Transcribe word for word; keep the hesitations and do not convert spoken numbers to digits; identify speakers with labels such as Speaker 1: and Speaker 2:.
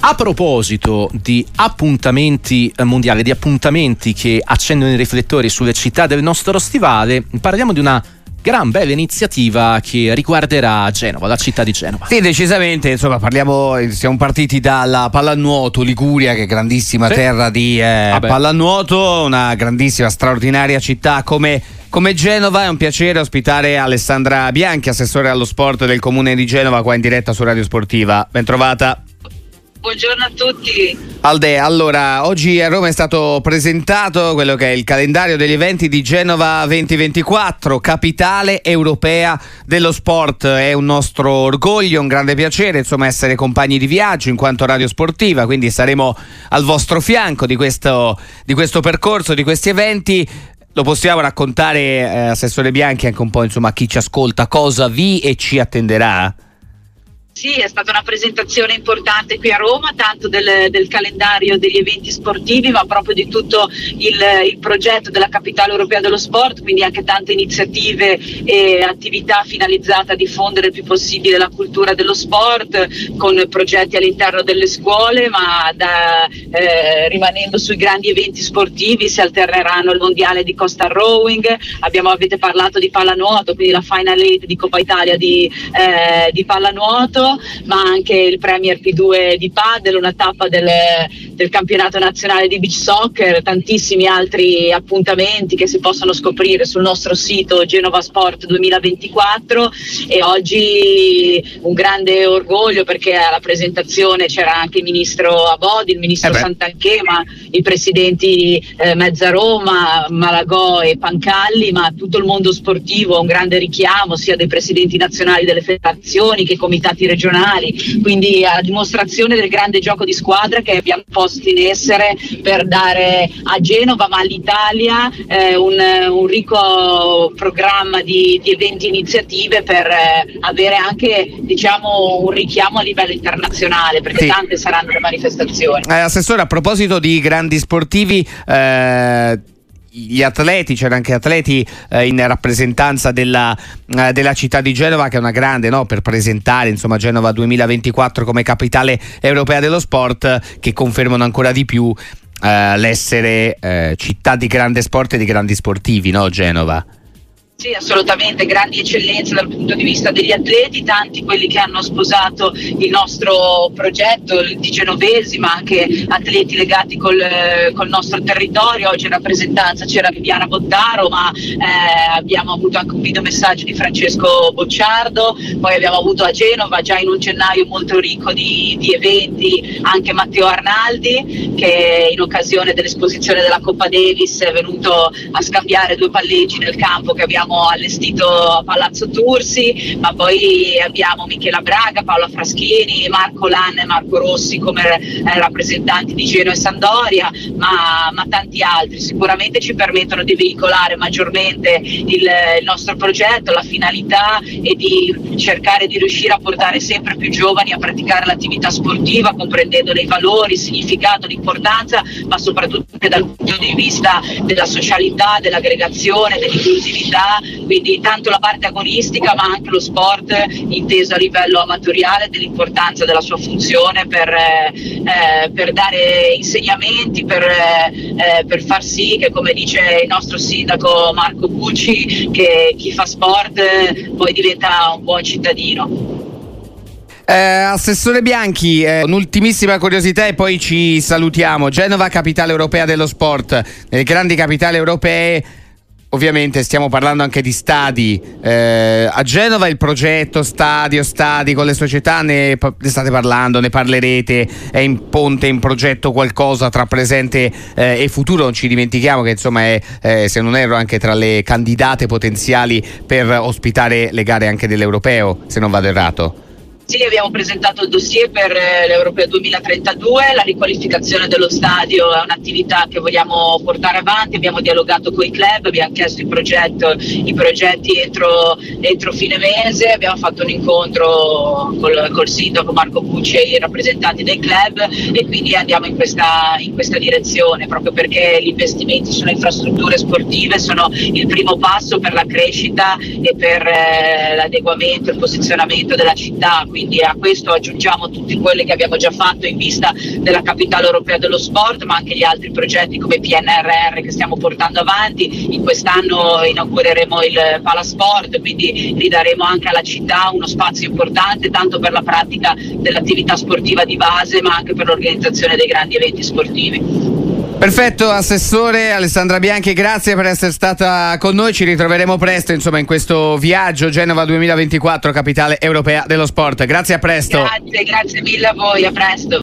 Speaker 1: A proposito di appuntamenti mondiali, di appuntamenti che accendono i riflettori sulle città del nostro stivale, parliamo di una gran bella iniziativa che riguarderà Genova, la città di Genova.
Speaker 2: Sì, decisamente, insomma, parliamo, siamo partiti dalla pallanuoto Liguria, che è grandissima sì. terra di eh, pallanuoto, una grandissima, straordinaria città come, come Genova. È un piacere ospitare Alessandra Bianchi, assessore allo sport del comune di Genova, qua in diretta su Radio Sportiva. Ben trovata.
Speaker 3: Buongiorno a tutti.
Speaker 2: Alde, allora, oggi a Roma è stato presentato quello che è il calendario degli eventi di Genova venti ventiquattro, capitale europea dello sport. È un nostro orgoglio, un grande piacere, insomma, essere compagni di viaggio in quanto Radio Sportiva, quindi saremo al vostro fianco di questo, di questo percorso, di questi eventi. Lo possiamo raccontare, eh, Assessore Bianchi, anche un po', insomma, a chi ci ascolta, cosa vi e ci attenderà?
Speaker 3: Sì, è stata una presentazione importante qui a Roma, tanto del, del calendario degli eventi sportivi, ma proprio di tutto il, il progetto della capitale europea dello sport, quindi anche tante iniziative e attività finalizzate a diffondere il più possibile la cultura dello sport, con progetti all'interno delle scuole, ma da, eh, rimanendo sui grandi eventi sportivi si alterneranno il mondiale di coastal rowing, abbiamo, avete parlato di pallanuoto, quindi la Final Eight di Coppa Italia di, eh, di pallanuoto, ma anche il Premier P due di padel, una tappa del, del campionato nazionale di beach soccer, tantissimi altri appuntamenti che si possono scoprire sul nostro sito Genova Sport duemilaventiquattro. E oggi un grande orgoglio perché alla presentazione c'era anche il ministro Abodi, il ministro eh Santanchè, i presidenti eh, Mezzaroma, Malagò e Pancalli, ma tutto il mondo sportivo, un grande richiamo sia dei presidenti nazionali delle federazioni che comitati regionali, quindi a dimostrazione del grande gioco di squadra che abbiamo posto in essere per dare a Genova, ma all'Italia, eh, un, un ricco programma di, di eventi e iniziative per eh, avere anche, diciamo, un richiamo a livello internazionale, perché sì. tante saranno le manifestazioni.
Speaker 2: Eh, Assessore, a proposito di grandi sportivi, eh, gli atleti, c'erano anche atleti eh, in rappresentanza della, eh, della città di Genova, che è una grande, no, per presentare, insomma, Genova duemilaventiquattro come capitale europea dello sport, che confermano ancora di più eh, l'essere eh, città di grande sport e di grandi sportivi, no, Genova?
Speaker 3: Sì, assolutamente, grandi eccellenze dal punto di vista degli atleti, tanti quelli che hanno sposato il nostro progetto di genovesi, ma anche atleti legati col, col nostro territorio. Oggi in rappresentanza c'era Viviana Bottaro, ma eh, abbiamo avuto anche un videomessaggio di Francesco Bocciardo, poi abbiamo avuto a Genova già in un gennaio molto ricco di, di eventi anche Matteo Arnaldi, che in occasione dell'esposizione della Coppa Davis è venuto a scambiare due palleggi nel campo che abbiamo allestito a Palazzo Tursi, ma poi abbiamo Michela Braga, Paola Fraschini, Marco Lanne e Marco Rossi come eh, rappresentanti di Genoa e Sampdoria, ma, ma tanti altri. Sicuramente ci permettono di veicolare maggiormente il, il nostro progetto, la finalità è di cercare di riuscire a portare sempre più giovani a praticare l'attività sportiva, comprendendone i valori, il significato, l'importanza, ma soprattutto anche dal punto di vista della socialità, dell'aggregazione, dell'inclusività. Quindi tanto la parte agonistica ma anche lo sport inteso a livello amatoriale, dell'importanza della sua funzione per, eh, per dare insegnamenti, per, eh, per far sì che, come dice il nostro sindaco Marco Bucci, che chi fa sport eh, poi diventa un buon cittadino.
Speaker 2: Eh, Assessore Bianchi, eh, un'ultimissima curiosità e poi ci salutiamo. Genova, capitale europea dello sport. Nelle grandi capitali europee ovviamente stiamo parlando anche di stadi. Eh, a Genova il progetto stadio, stadi con le società, ne, ne state parlando, ne parlerete, è in ponte, in progetto qualcosa tra presente eh, e futuro. Non ci dimentichiamo che, insomma, è, eh, se non erro, anche tra le candidate potenziali per ospitare le gare anche dell'Europeo, se non vado errato.
Speaker 3: Sì, abbiamo presentato il dossier per l'Europeo duemilatrentadue, la riqualificazione dello stadio è un'attività che vogliamo portare avanti, abbiamo dialogato con i club, abbiamo chiesto il progetto, i progetti entro, entro fine mese, abbiamo fatto un incontro col, col sindaco Marco Pucci e i rappresentanti dei club e quindi andiamo in questa, in questa direzione, proprio perché gli investimenti sulle infrastrutture sportive sono il primo passo per la crescita e per eh, l'adeguamento e il posizionamento della città. quindi a questo aggiungiamo tutti quelli che abbiamo già fatto in vista della capitale europea dello sport, ma anche gli altri progetti come P N R R che stiamo portando avanti. In quest'anno inaugureremo il Palasport, quindi ridaremo anche alla città uno spazio importante tanto per la pratica dell'attività sportiva di base ma anche per l'organizzazione dei grandi eventi sportivi.
Speaker 2: Perfetto, assessore Alessandra Bianchi, grazie per essere stata con noi, ci ritroveremo presto insomma in questo viaggio Genova duemilaventiquattro, capitale europea dello sport. Grazie, a presto.
Speaker 3: Grazie, grazie mille a voi, a presto.